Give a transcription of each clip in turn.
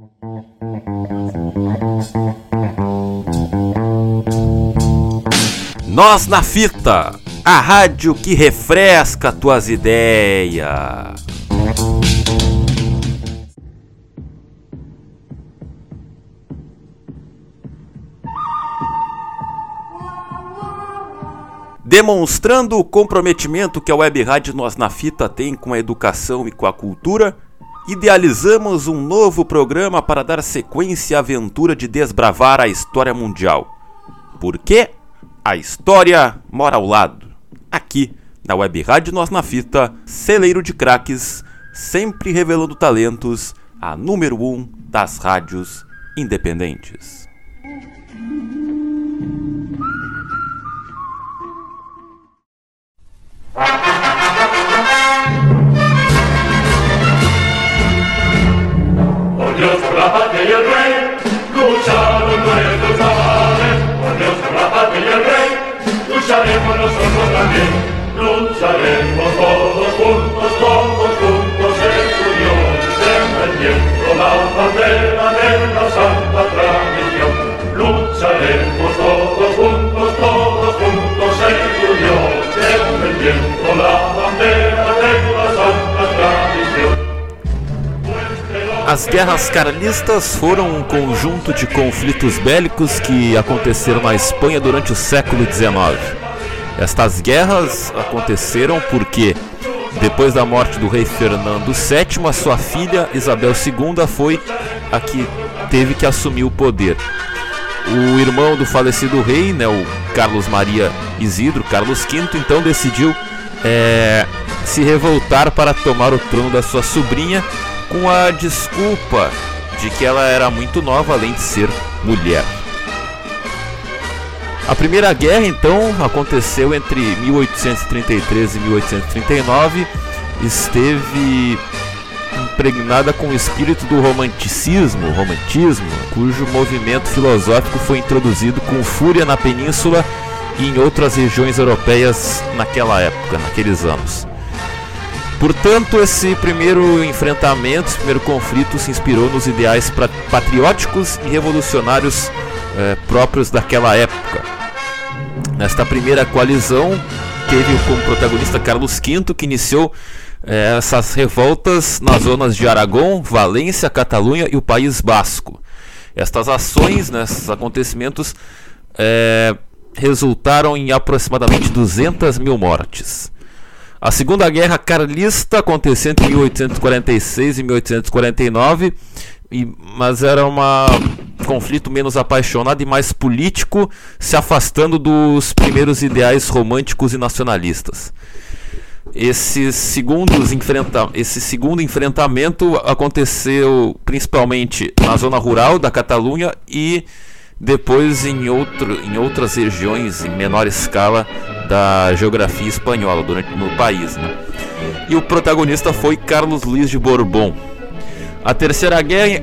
Nós na Fita, a rádio que refresca tuas ideias. Demonstrando o comprometimento que a Web Rádio Nós na Fita tem com a educação e com a cultura, idealizamos um novo programa para dar sequência à aventura de desbravar a história mundial. Por quê? A história mora ao lado. Aqui, na Web Rádio Nós na Fita, celeiro de craques, sempre revelando talentos, a número 1 das rádios independentes. Por Dios, por la patria y el rey, lucharon nuestros avales. Por Dios, por la patria y el rey, lucharemos nosotros también. Lucharemos todos juntos en unión, defendiendo la bandera de la santa tradición. Lucharemos todos juntos en unión, defendiendo la bandera de la santa tradición. As guerras carlistas foram um conjunto de conflitos bélicos que aconteceram na Espanha durante o século XIX. Estas guerras aconteceram porque, depois da morte do rei Fernando VII, a sua filha Isabel II foi a que teve que assumir o poder. O irmão do falecido rei, o Carlos Maria Isidro, Carlos V, então decidiu se revoltar para tomar o trono da sua sobrinha, com a desculpa de que ela era muito nova, além de ser mulher. A Primeira Guerra, então, aconteceu entre 1833 e 1839, esteve impregnada com o espírito do romantismo, cujo movimento filosófico foi introduzido com fúria na Península e em outras regiões europeias naquela época, naqueles anos. Portanto, esse primeiro enfrentamento, esse primeiro conflito se inspirou nos ideais patrióticos e revolucionários próprios daquela época. Nesta primeira coalizão, teve como protagonista Carlos V, que iniciou essas revoltas nas zonas de Aragão, Valência, Catalunha e o País Basco. Estas ações, esses acontecimentos, resultaram em aproximadamente 200 mil mortes. A Segunda Guerra Carlista aconteceu entre 1846 e 1849, mas era um conflito menos apaixonado e mais político, se afastando dos primeiros ideais românticos e nacionalistas. Esse segundo enfrentamento aconteceu principalmente na zona rural da Catalunha e depois em outras regiões em menor escala da geografia espanhola no país. E o protagonista foi Carlos Luís de Borbón. A Terceira Guerra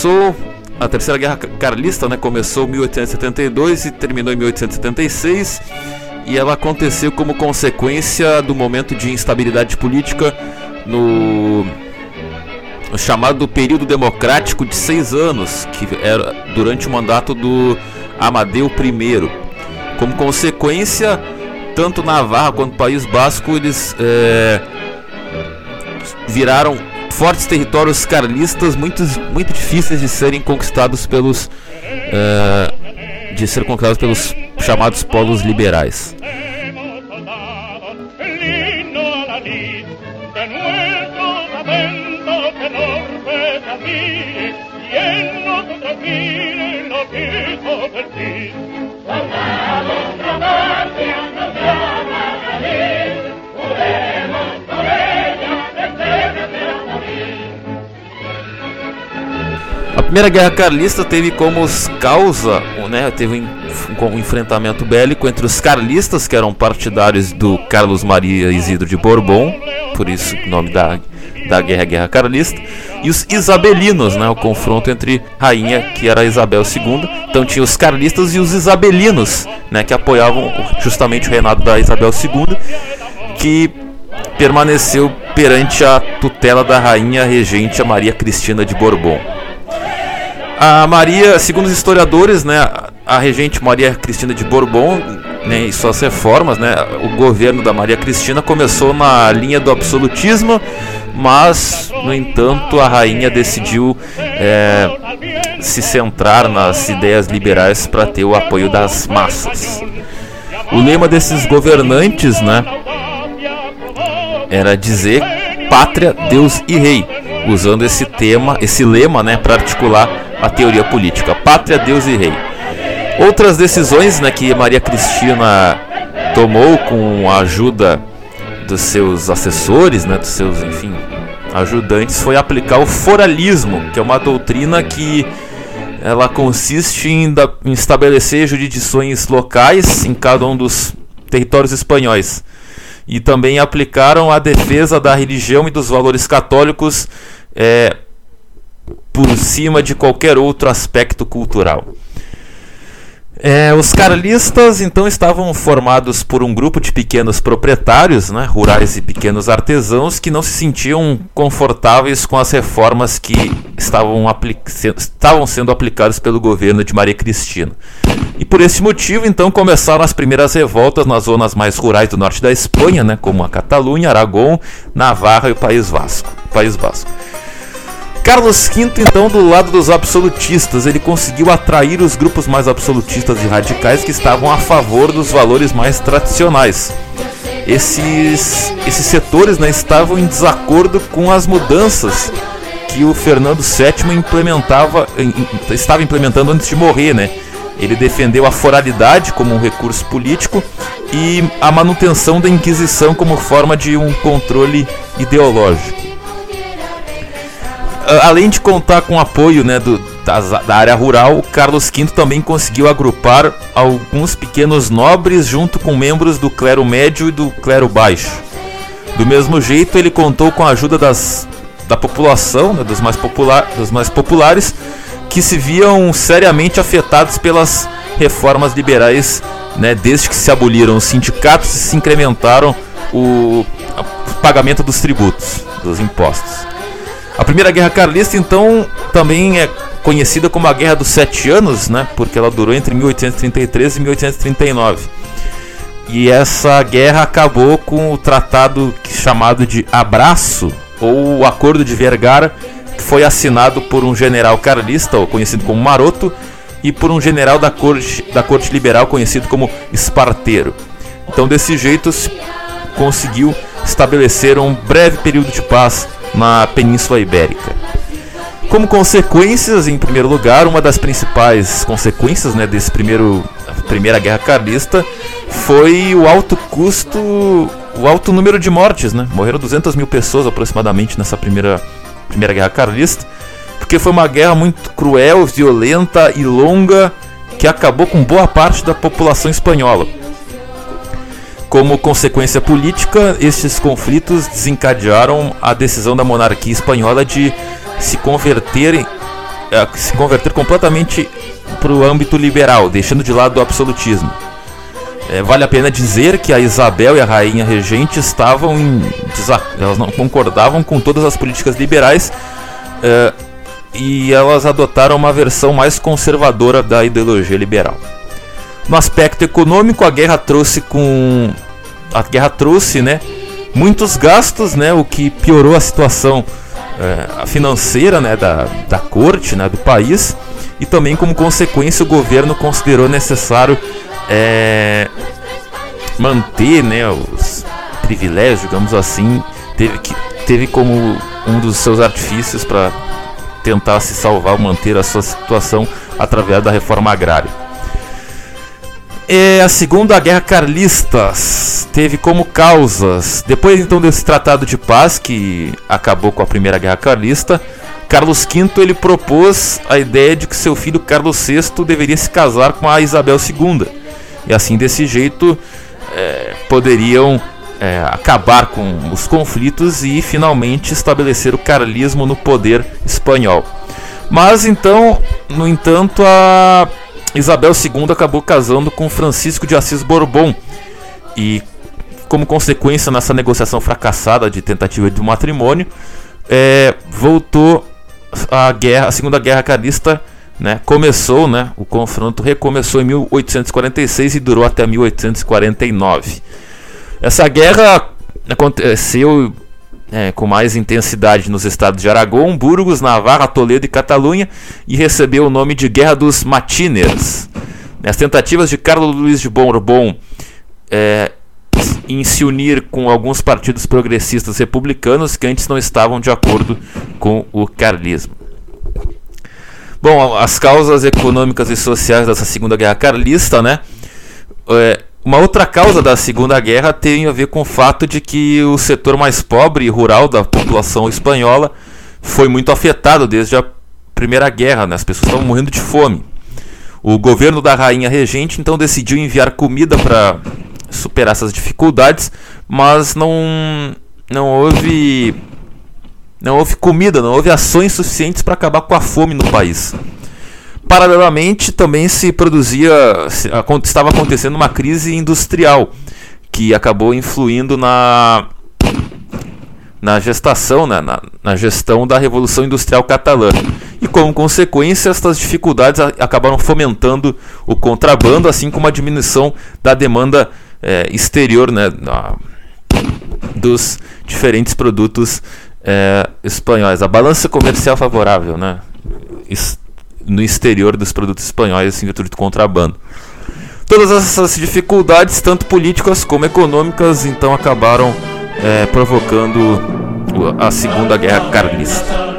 Carlista começou em 1872 e terminou em 1876, e ela aconteceu como consequência do momento de instabilidade política no chamado período democrático de 6 anos, que era durante o mandato do Amadeu I. Como consequência, tanto Navarra quanto o País Basco eles viraram fortes territórios carlistas muito difíceis de serem conquistados pelos chamados polos liberais. A Primeira Guerra Carlista teve como causa, teve um enfrentamento bélico entre os carlistas, que eram partidários do Carlos Maria Isidro de Borbón, por isso o nome da Guerra Carlista, e os isabelinos, o confronto entre rainha, que era Isabel II. Então tinha os carlistas e os isabelinos, que apoiavam justamente o reinado da Isabel II, que permaneceu perante a tutela da rainha regente Maria Cristina de Borbón. A Maria, segundo os historiadores, né, a regente Maria Cristina de Bourbon, né, e suas reformas, né, o governo da Maria Cristina começou na linha do absolutismo, mas, no entanto, a rainha decidiu se centrar nas ideias liberais para ter o apoio das massas. O lema desses governantes, né, era dizer pátria, Deus e rei, usando esse lema, né, para articular a teoria política, pátria, Deus e rei. Outras decisões, né, que Maria Cristina tomou com a ajuda dos seus assessores, né, dos seus, enfim, ajudantes, foi aplicar o foralismo, que é uma doutrina que ela consiste em estabelecer jurisdições locais em cada um dos territórios espanhóis. E também aplicaram a defesa da religião e dos valores católicos por cima de qualquer outro aspecto cultural. Os carlistas então estavam formados por um grupo de pequenos proprietários, né, rurais e pequenos artesãos que não se sentiam confortáveis com as reformas que estavam sendo aplicadas pelo governo de Maria Cristina. E por esse motivo então começaram as primeiras revoltas nas zonas mais rurais do norte da Espanha, né, como a Catalunha, Aragão, Navarra e o País Basco. Carlos V, então, do lado dos absolutistas, ele conseguiu atrair os grupos mais absolutistas e radicais que estavam a favor dos valores mais tradicionais. Esses setores, né, estavam em desacordo com as mudanças que o Fernando VII estava implementando antes de morrer, né? Ele defendeu a foralidade como um recurso político e a manutenção da Inquisição como forma de um controle ideológico. Além de contar com o apoio, né, da área rural, Carlos V também conseguiu agrupar alguns pequenos nobres junto com membros do clero médio e do clero baixo. Do mesmo jeito, ele contou com a ajuda da população, né, dos mais populares, que se viam seriamente afetados pelas reformas liberais, né, desde que se aboliram os sindicatos e se incrementaram o pagamento dos tributos, dos impostos. A Primeira Guerra Carlista, então, também é conhecida como a Guerra dos 7 Anos, né, porque ela durou entre 1833 e 1839. E essa guerra acabou com o tratado chamado de Abraço, ou o Acordo de Vergara, que foi assinado por um general carlista, ou conhecido como Maroto, e por um general da corte liberal, conhecido como Espartero. Então, desse jeito, se conseguiu estabelecer um breve período de paz na Península Ibérica. Como consequências, em primeiro lugar, uma das principais consequências, né, Primeira Guerra Carlista foi o alto número de mortes, né? Morreram 200 mil pessoas aproximadamente nessa primeira Guerra Carlista, porque foi uma guerra muito cruel, violenta e longa que acabou com boa parte da população espanhola. Como consequência política, estes conflitos desencadearam a decisão da monarquia espanhola de se converter completamente para o âmbito liberal, deixando de lado o absolutismo. Vale a pena dizer que a Isabel e a rainha regente elas não concordavam com todas as políticas liberais e elas adotaram uma versão mais conservadora da ideologia liberal. No aspecto econômico, a guerra trouxe, né, muitos gastos, né, o que piorou a situação financeira, né, da corte, né, do país, e também como consequência o governo considerou necessário manter, né, os privilégios, digamos assim, teve como um dos seus artifícios para tentar se salvar ou manter a sua situação através da reforma agrária. A Segunda Guerra Carlista teve como causas, depois então desse tratado de paz que acabou com a Primeira Guerra Carlista, Carlos V ele propôs a ideia de que seu filho Carlos VI deveria se casar com a Isabel II, e assim desse jeito poderiam acabar com os conflitos e finalmente estabelecer o carlismo no poder espanhol. Mas então, no entanto, a Isabel II acabou casando com Francisco de Assis Bourbon e, como consequência nessa negociação fracassada de tentativa de matrimônio, voltou a Segunda Guerra Carlista né, começou, né, o confronto recomeçou em 1846 e durou até 1849. Essa guerra aconteceu com mais intensidade nos estados de Aragão, Burgos, Navarra, Toledo e Catalunha, e recebeu o nome de Guerra dos Matiners. As tentativas de Carlos Luís de Bourbon em se unir com alguns partidos progressistas republicanos que antes não estavam de acordo com o carlismo. Bom, as causas econômicas e sociais dessa Segunda Guerra Carlista, né? Uma outra causa da Segunda Guerra tem a ver com o fato de que o setor mais pobre e rural da população espanhola foi muito afetado desde a Primeira Guerra, né? As pessoas estavam morrendo de fome. O governo da rainha regente então decidiu enviar comida para superar essas dificuldades, mas não houve comida, não houve ações suficientes para acabar com a fome no país. Paralelamente, também estava acontecendo uma crise industrial que acabou influindo na gestação, né, na gestão da Revolução Industrial Catalã. E como consequência, essas dificuldades acabaram fomentando o contrabando, assim como a diminuição da demanda exterior, né, dos diferentes produtos espanhóis. A balança comercial favorável, né, no exterior dos produtos espanhóis em virtude do contrabando. Todas essas dificuldades, tanto políticas como econômicas, então acabaram provocando a Segunda Guerra Carlista.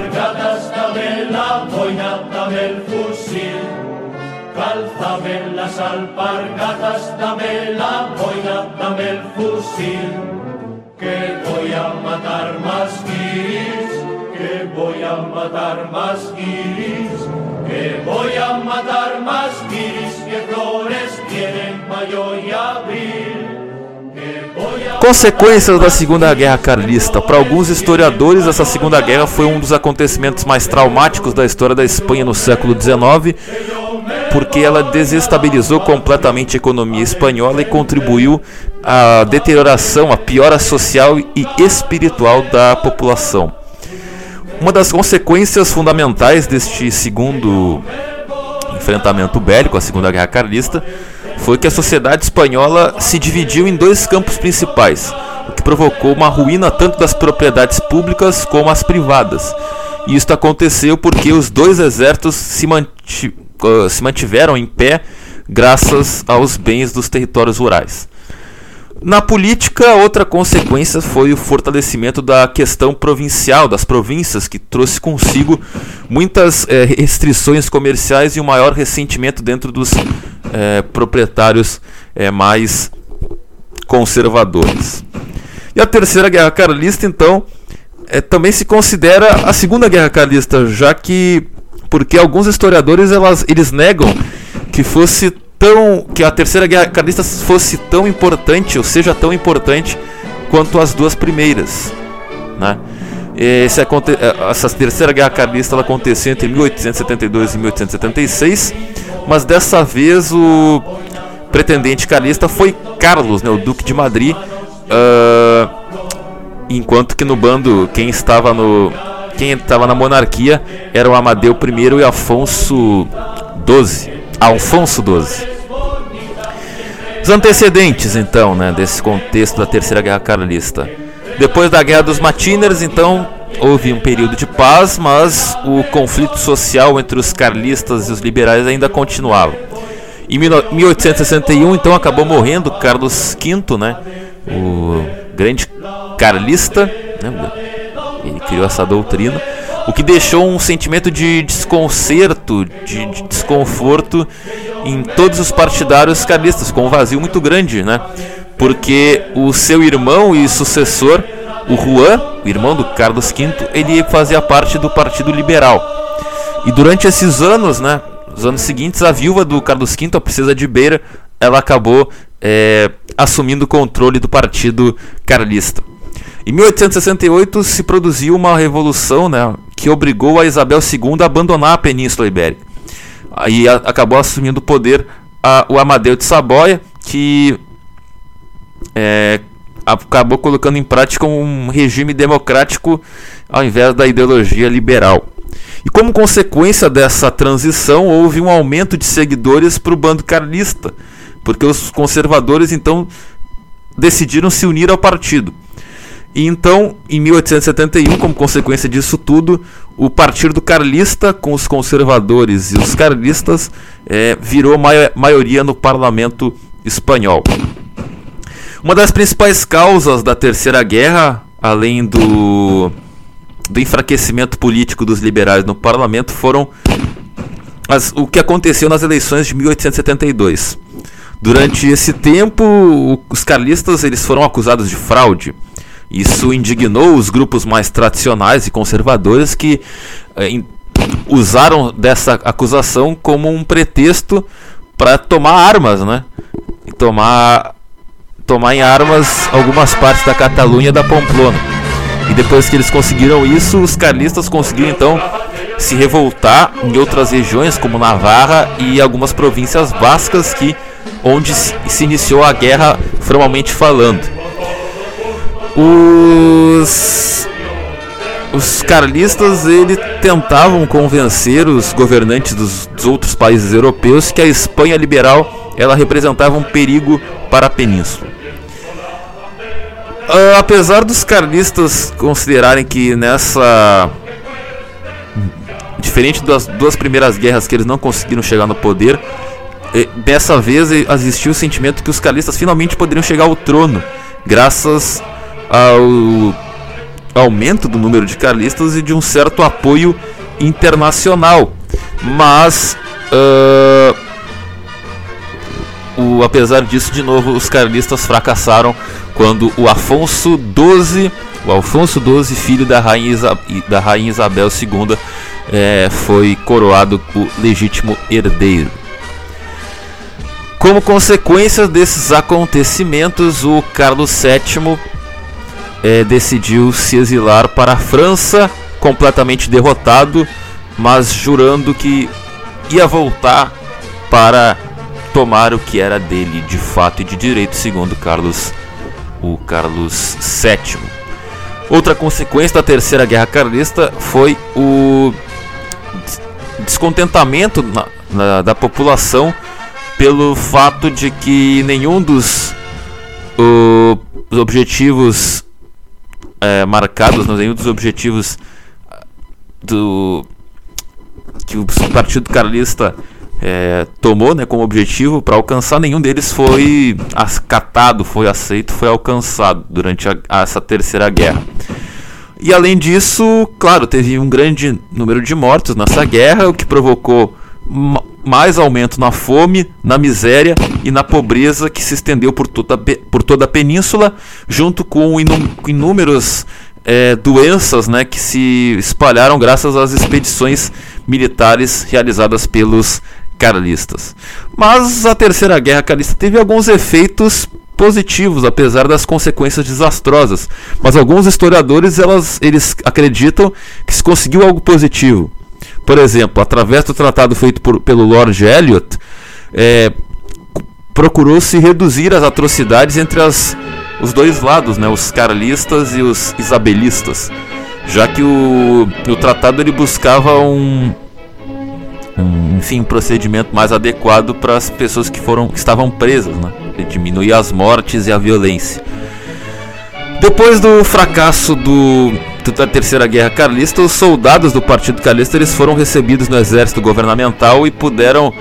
Voy a matar más guiris, que voy a matar más guiris, que flores tienen mayo y abril. Consequências da Segunda Guerra Carlista. Para alguns historiadores, essa Segunda Guerra foi um dos acontecimentos mais traumáticos da história da Espanha no século XIX, porque ela desestabilizou completamente a economia espanhola e contribuiu à deterioração, à piora social e espiritual da população. Uma das consequências fundamentais deste segundo enfrentamento bélico, a Segunda Guerra Carlista, foi que a sociedade espanhola se dividiu em dois campos principais, o que provocou uma ruína tanto das propriedades públicas como as privadas. E isso aconteceu porque os dois exércitos se mantiveram em pé graças aos bens dos territórios rurais. Na política, outra consequência foi o fortalecimento da questão provincial, das províncias, que trouxe consigo muitas restrições comerciais e um maior ressentimento dentro dos proprietários mais conservadores. E a Terceira Guerra Carlista, então, também se considera a Segunda Guerra Carlista, porque alguns historiadores eles negam que a Terceira Guerra Carlista fosse tão importante, ou seja, tão importante quanto as duas primeiras, né? Essa Terceira Guerra Carlista ela aconteceu entre 1872 e 1876, mas dessa vez o pretendente carlista foi Carlos, né, o Duque de Madrid, enquanto que no bando quem estava na monarquia era o Amadeu I e Afonso XII. Os antecedentes, então, né, desse contexto da Terceira Guerra Carlista. Depois da Guerra dos Matiners, então, houve um período de paz, mas o conflito social entre os carlistas e os liberais ainda continuava. Em 1861, então, acabou morrendo Carlos V, né, o grande carlista, né, ele criou essa doutrina, o que deixou um sentimento de desconcerto, de desconforto em todos os partidários carlistas, com um vazio muito grande, né? Porque o seu irmão e sucessor, o Juan, o irmão do Carlos V, ele fazia parte do Partido Liberal. E durante esses anos, né, os anos seguintes, a viúva do Carlos V, a princesa de Beira, ela acabou assumindo o controle do Partido Carlista. Em 1868 se produziu uma revolução, né, que obrigou a Isabel II a abandonar a Península Ibérica. Aí acabou assumindo o poder o Amadeu de Saboia, que acabou colocando em prática um regime democrático ao invés da ideologia liberal. E como consequência dessa transição, houve um aumento de seguidores para o bando carlista, porque os conservadores então decidiram se unir ao partido. E então, em 1871, como consequência disso tudo, o Partido Carlista, com os conservadores e os carlistas, virou maioria no parlamento espanhol. Uma das principais causas da Terceira Guerra, além do enfraquecimento político dos liberais no parlamento, foram o que aconteceu nas eleições de 1872. Durante esse tempo, os carlistas eles foram acusados de fraude. Isso indignou os grupos mais tradicionais e conservadores que usaram dessa acusação como um pretexto para tomar armas, né? E tomar em armas algumas partes da Catalunha e da Pamplona. E depois que eles conseguiram isso, os carlistas conseguiram então se revoltar em outras regiões como Navarra e algumas províncias bascas onde se iniciou a guerra formalmente falando. Os carlistas tentavam convencer os governantes dos outros países europeus que a Espanha liberal ela representava um perigo para a península. Apesar dos carlistas considerarem que diferente das duas primeiras guerras que eles não conseguiram chegar no poder, dessa vez existiu o sentimento que os carlistas finalmente poderiam chegar ao trono, graças ao aumento do número de carlistas e de um certo apoio internacional. Mas apesar disso, de novo, os carlistas fracassaram quando o Afonso XII, filho da rainha Isabel II, foi coroado o legítimo herdeiro. Como consequência desses acontecimentos, o Carlos VII decidiu se exilar para a França, completamente derrotado, mas jurando que ia voltar para tomar o que era dele de fato e de direito, segundo o Carlos VII. Outra consequência da Terceira Guerra Carlista foi o descontentamento da população pelo fato de que nenhum dos objetivos marcados, nenhum dos objetivos que o Partido Carlista tomou, né, como objetivo para alcançar, nenhum deles foi acatado, foi aceito, foi alcançado durante essa Terceira Guerra. E além disso, claro, teve um grande número de mortos nessa guerra, o que provocou mais aumento na fome, na miséria e na pobreza que se estendeu por toda a península, junto com inúmeras doenças, né, que se espalharam graças às expedições militares realizadas pelos carlistas. Mas a Terceira Guerra Carlista teve alguns efeitos positivos, apesar das consequências desastrosas. Mas alguns historiadores eles acreditam que se conseguiu algo positivo. Por exemplo, através do tratado feito pelo Lord Eliot, procurou-se reduzir as atrocidades entre os dois lados, né, os carlistas e os isabelistas, já que o tratado ele buscava um procedimento mais adequado para as pessoas que estavam presas, né, diminuir as mortes e a violência. Depois do fracasso da Terceira Guerra Carlista, os soldados do Partido Carlista eles foram recebidos no exército governamental e puderam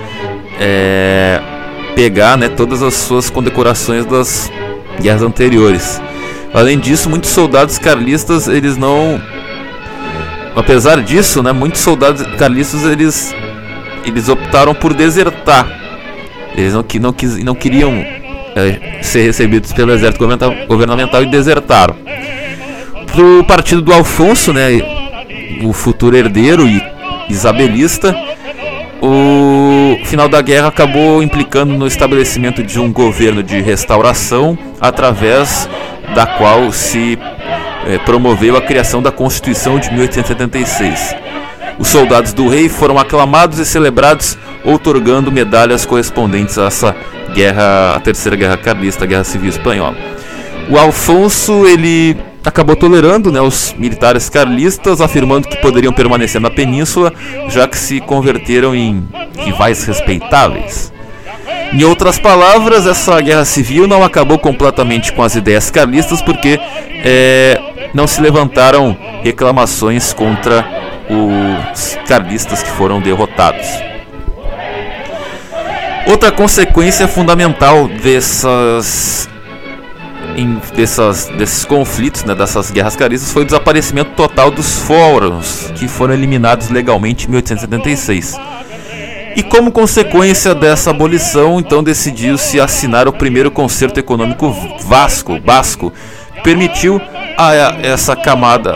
pegar, né, todas as suas condecorações das guerras anteriores. Além disso, muitos soldados carlistas eles não, apesar disso, né, muitos soldados carlistas eles optaram por desertar. Eles não queriam ser recebidos pelo exército governamental e desertaram. Pro partido do Alfonso, né, o futuro herdeiro e isabelista, o final da guerra acabou implicando no estabelecimento de um governo de restauração, através da qual se promoveu a criação da Constituição de 1876. Os soldados do rei foram aclamados e celebrados, outorgando medalhas correspondentes a essa guerra, a Terceira Guerra Carlista, a Guerra Civil Espanhola. O Alfonso ele acabou tolerando, né, os militares carlistas, afirmando que poderiam permanecer na península, já que se converteram em rivais respeitáveis. Em outras palavras, essa guerra civil não acabou completamente com as ideias carlistas, porque não se levantaram reclamações contra os carlistas que foram derrotados. Outra consequência fundamental desses conflitos, né, dessas guerras carlistas, foi o desaparecimento total dos fóruns, que foram eliminados legalmente em 1876. E como consequência dessa abolição, então decidiu-se assinar o primeiro Concerto Econômico Basco, que permitiu a essa camada,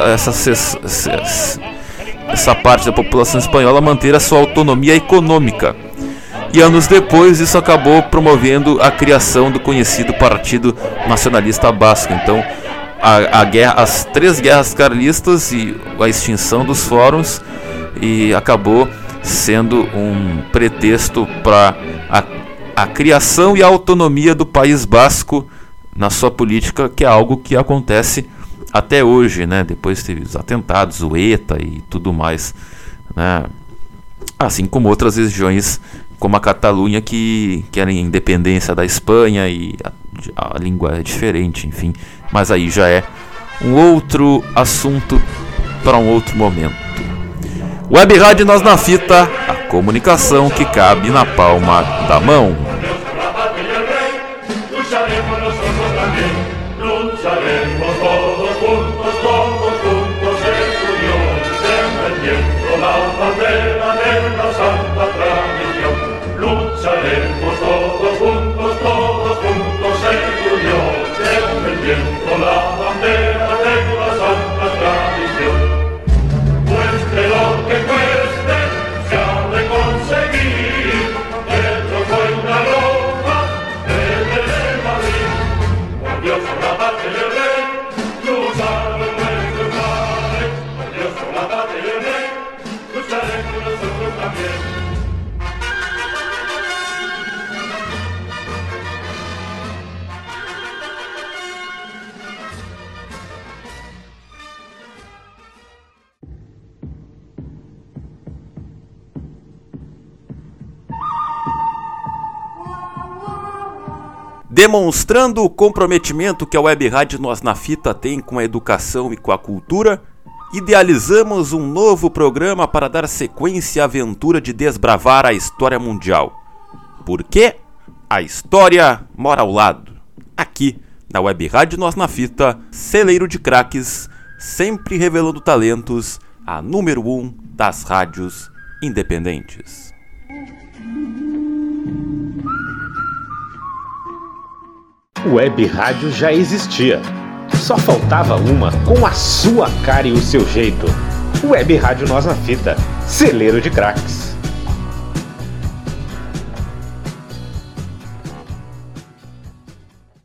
essa parte da população espanhola manter a sua autonomia econômica. E anos depois isso acabou promovendo a criação do conhecido Partido Nacionalista Basco. Então as 3 guerras carlistas e a extinção dos fóruns acabou sendo um pretexto para a criação e a autonomia do País Basco na sua política, que é algo que acontece até hoje, né? Depois teve os atentados, o ETA e tudo mais, né? Assim como outras regiões, como a Catalunha, que querem independência da Espanha e a língua é diferente, enfim. Mas aí já é um outro assunto para um outro momento. Web Rádio Nós na Fita, a comunicação que cabe na palma da mão. Demonstrando o comprometimento que a Web Rádio Nós na Fita tem com a educação e com a cultura, idealizamos um novo programa para dar sequência à aventura de desbravar a história mundial. Porque a história mora ao lado. Aqui, na Web Rádio Nós na Fita, celeiro de craques, sempre revelando talentos, a número 1 das rádios independentes. Web Rádio já existia. Só faltava uma com a sua cara e o seu jeito. Web Rádio Nós na Fita, celeiro de craques.